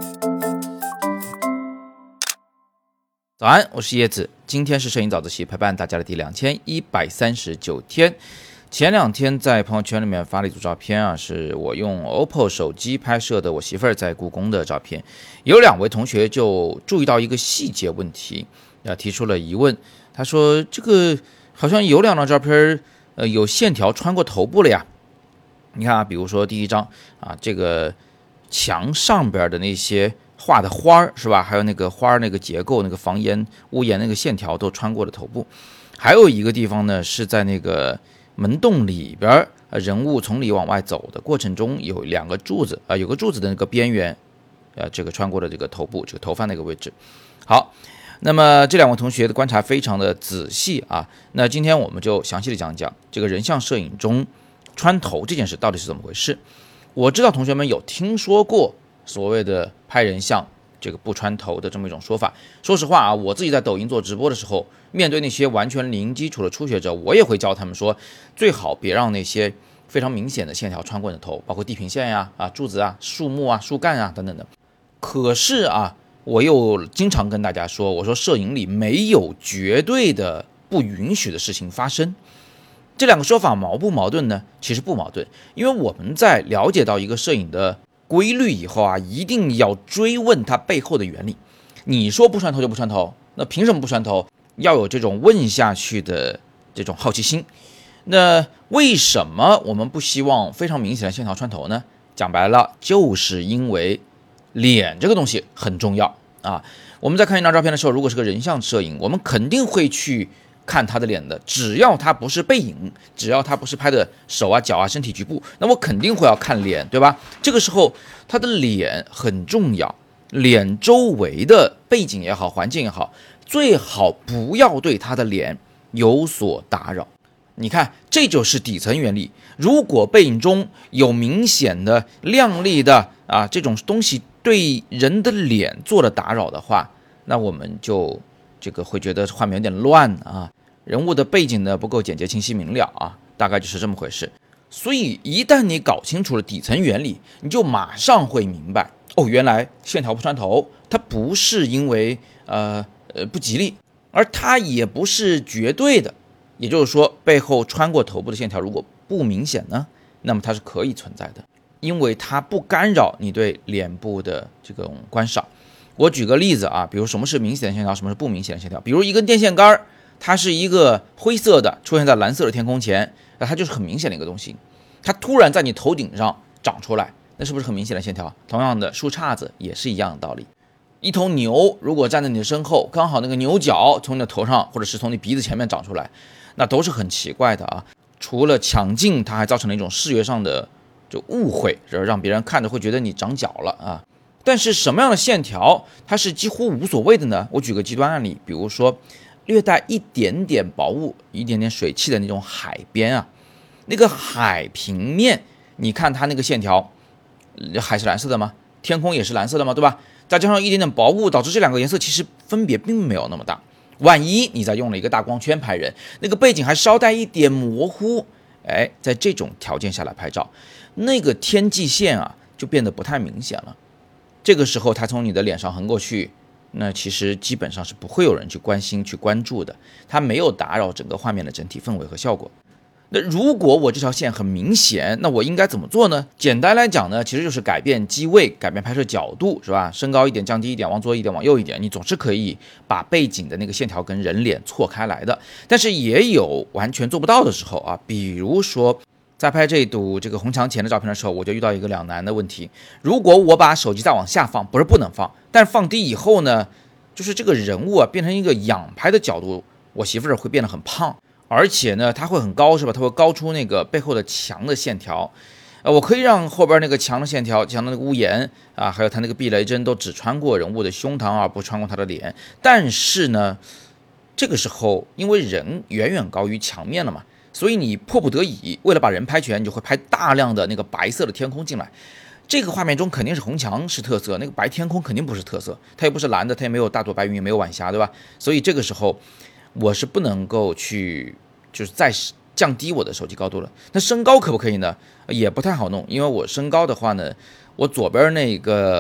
早安，我是叶子，今天是摄影早自习陪伴大家的第2139天。前2天在朋友圈里面发了一组照片啊，是我用 OPPO 手机拍摄的我媳妇儿在故宫的照片。有2位同学就注意到一个细节问题，提出了疑问。他说这个好像有2张照片有线条穿过头部了呀。你看啊，比如说第一张啊，这个墙上边的那些画的花是吧？还有那个花那个结构，那个房檐屋檐那个线条都穿过了头部。还有一个地方呢，是在那个门洞里边，人物从里往外走的过程中，有2个柱子有个柱子的那个边缘，这个穿过了这个头部，这个头发那个位置。好，那么这2位同学的观察非常的仔细啊。那今天我们就详细的讲讲这个人像摄影中穿头这件事到底是怎么回事。我知道同学们有听说过所谓的拍人像这个不穿头的这么一种说法。说实话啊，我自己在抖音做直播的时候，面对那些完全零基础的初学者，我也会教他们说，最好别让那些非常明显的线条穿过你的头，包括地平线呀、柱子啊、树木啊、树干啊等等的。可是啊，我又经常跟大家说，我说摄影里没有绝对的不允许的事情发生。这2个说法矛不矛盾呢？其实不矛盾，因为我们在了解到一个摄影的规律以后啊，一定要追问它背后的原理。你说不穿头就不穿头，那凭什么不穿头？要有这种问下去的这种好奇心。那为什么我们不希望非常明显的线条穿头呢？讲白了，就是因为脸这个东西很重要啊。我们在看一张照片的时候，如果是个人像摄影，我们肯定会去看他的脸的，只要他不是背影，只要他不是拍的手啊、脚啊、身体局部，那我肯定会要看脸，对吧？这个时候他的脸很重要，脸周围的背景也好、环境也好，最好不要对他的脸有所打扰。你看，这就是底层原理。如果背影中有明显的亮丽的这种东西对人的脸做了打扰的话，那我们就这个会觉得画面有点乱啊，人物的背景呢不够简洁清晰明了啊，大概就是这么回事。所以一旦你搞清楚了底层原理，你就马上会明白，原来线条不穿头，它不是因为不吉利，而它也不是绝对的。也就是说，背后穿过头部的线条如果不明显呢，那么它是可以存在的，因为它不干扰你对脸部的这种观赏。我举个例子啊，比如什么是明显的线条，什么是不明显的线条。比如一根电线杆，它是一个灰色的，出现在蓝色的天空前，那它就是很明显的一个东西。它突然在你头顶上长出来，那是不是很明显的线条？同样的，树杈子也是一样的道理。一头牛如果站在你的身后，刚好那个牛角从你的头上或者是从你鼻子前面长出来，那都是很奇怪的啊。除了抢镜，它还造成了一种视觉上的就误会，让别人看着会觉得你长脚了啊。但是什么样的线条它是几乎无所谓的呢？我举个极端案例，比如说略带一点点薄雾、一点点水汽的那种海边啊，那个海平面，你看它那个线条，海是蓝色的吗？天空也是蓝色的吗？对吧？再加上一点点薄雾，导致这2个颜色其实分别并没有那么大。万一你再用了一个大光圈拍人，那个背景还稍带一点模糊，在这种条件下来拍照，那个天际线啊就变得不太明显了。这个时候它从你的脸上横过去，那其实基本上是不会有人去关心去关注的，它没有打扰整个画面的整体氛围和效果。那如果我这条线很明显，那我应该怎么做呢？简单来讲呢，其实就是改变机位，改变拍摄角度，是吧？升高一点，降低一点，往左一点，往右一点，你总是可以把背景的那个线条跟人脸错开来的。但是也有完全做不到的时候啊，比如说在拍这堵这个红墙前的照片的时候，我就遇到一个两难的问题。如果我把手机再往下放，不是不能放，但放低以后呢，就是这个人物啊变成一个仰拍的角度，我媳妇儿会变得很胖。而且呢，它会很高，是吧？它会高出那个背后的墙的线条。我可以让后边那个墙的线条、墙的那个屋檐啊，还有它那个避雷针都只穿过人物的胸膛，而不穿过他的脸。但是呢，这个时候因为人远远高于墙面了嘛，所以你迫不得已，为了把人拍全，你就会拍大量的那个白色的天空进来。这个画面中肯定是红墙是特色，那个白天空肯定不是特色，它也不是蓝的，它也没有大朵白云，也没有晚霞，对吧？所以这个时候我是不能够去就是再降低我的手机高度了。那升高可不可以呢？也不太好弄，因为我升高的话呢，我左边那个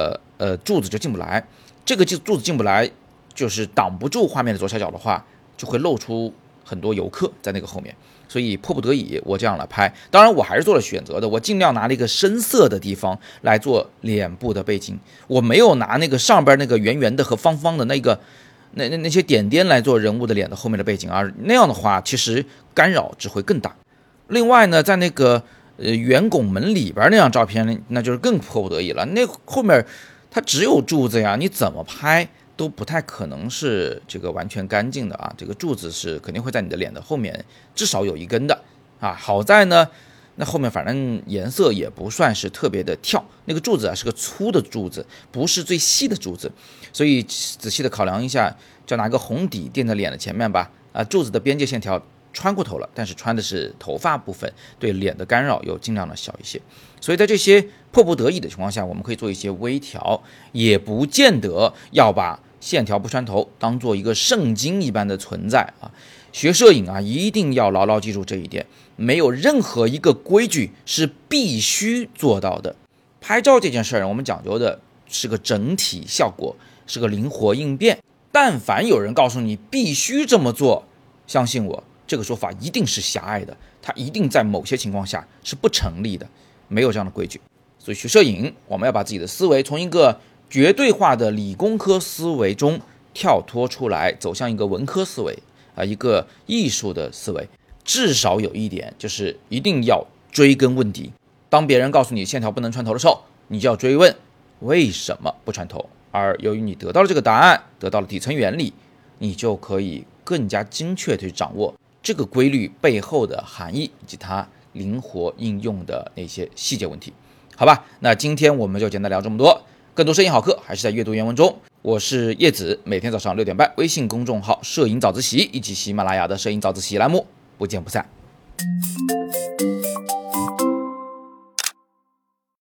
柱子就进不来。这个柱子进不来，就是挡不住画面的左下角的话，就会露出很多游客在那个后面。所以迫不得已，我这样来拍。当然，我还是做了选择的，我尽量拿了一个深色的地方来做脸部的背景，我没有拿那个上边那个圆圆的和方方的那些点点来做人物的脸的后面的背景啊，那样的话其实干扰只会更大。另外呢，在那个圆拱门里边那张照片，那就是更迫不得已了。那后面它只有柱子呀，你怎么拍都不太可能是这个完全干净的啊。这个柱子是肯定会在你的脸的后面至少有一根的啊。好在呢，那后面反正颜色也不算是特别的跳，那个柱子啊是个粗的柱子，不是最细的柱子，所以仔细的考量一下，就拿个红底垫在脸的前面吧。啊，柱子的边界线条穿过头了，但是穿的是头发部分，对脸的干扰又尽量的小一些。所以在这些迫不得已的情况下，我们可以做一些微调，也不见得要把线条不穿头当做一个圣经一般的存在啊。学摄影啊，一定要牢牢记住这一点，没有任何一个规矩是必须做到的。拍照这件事儿，我们讲究的是个整体效果，是个灵活应变。但凡有人告诉你必须这么做，相信我，这个说法一定是狭隘的，它一定在某些情况下是不成立的，没有这样的规矩。所以学摄影，我们要把自己的思维从一个绝对化的理工科思维中跳脱出来，走向一个文科思维啊，一个艺术的思维。至少有一点，就是一定要追根问底。当别人告诉你线条不能穿头的时候，你就要追问为什么不穿头。而由于你得到了这个答案，得到了底层原理，你就可以更加精确地去掌握这个规律背后的含义，以及它灵活应用的那些细节问题。好吧，那今天我们就简单聊这么多。更多摄影好课还是在阅读原文中。我是叶子，每天早上6点半，微信公众号摄影早自习以及喜马拉雅的摄影早自习栏目，不见不散。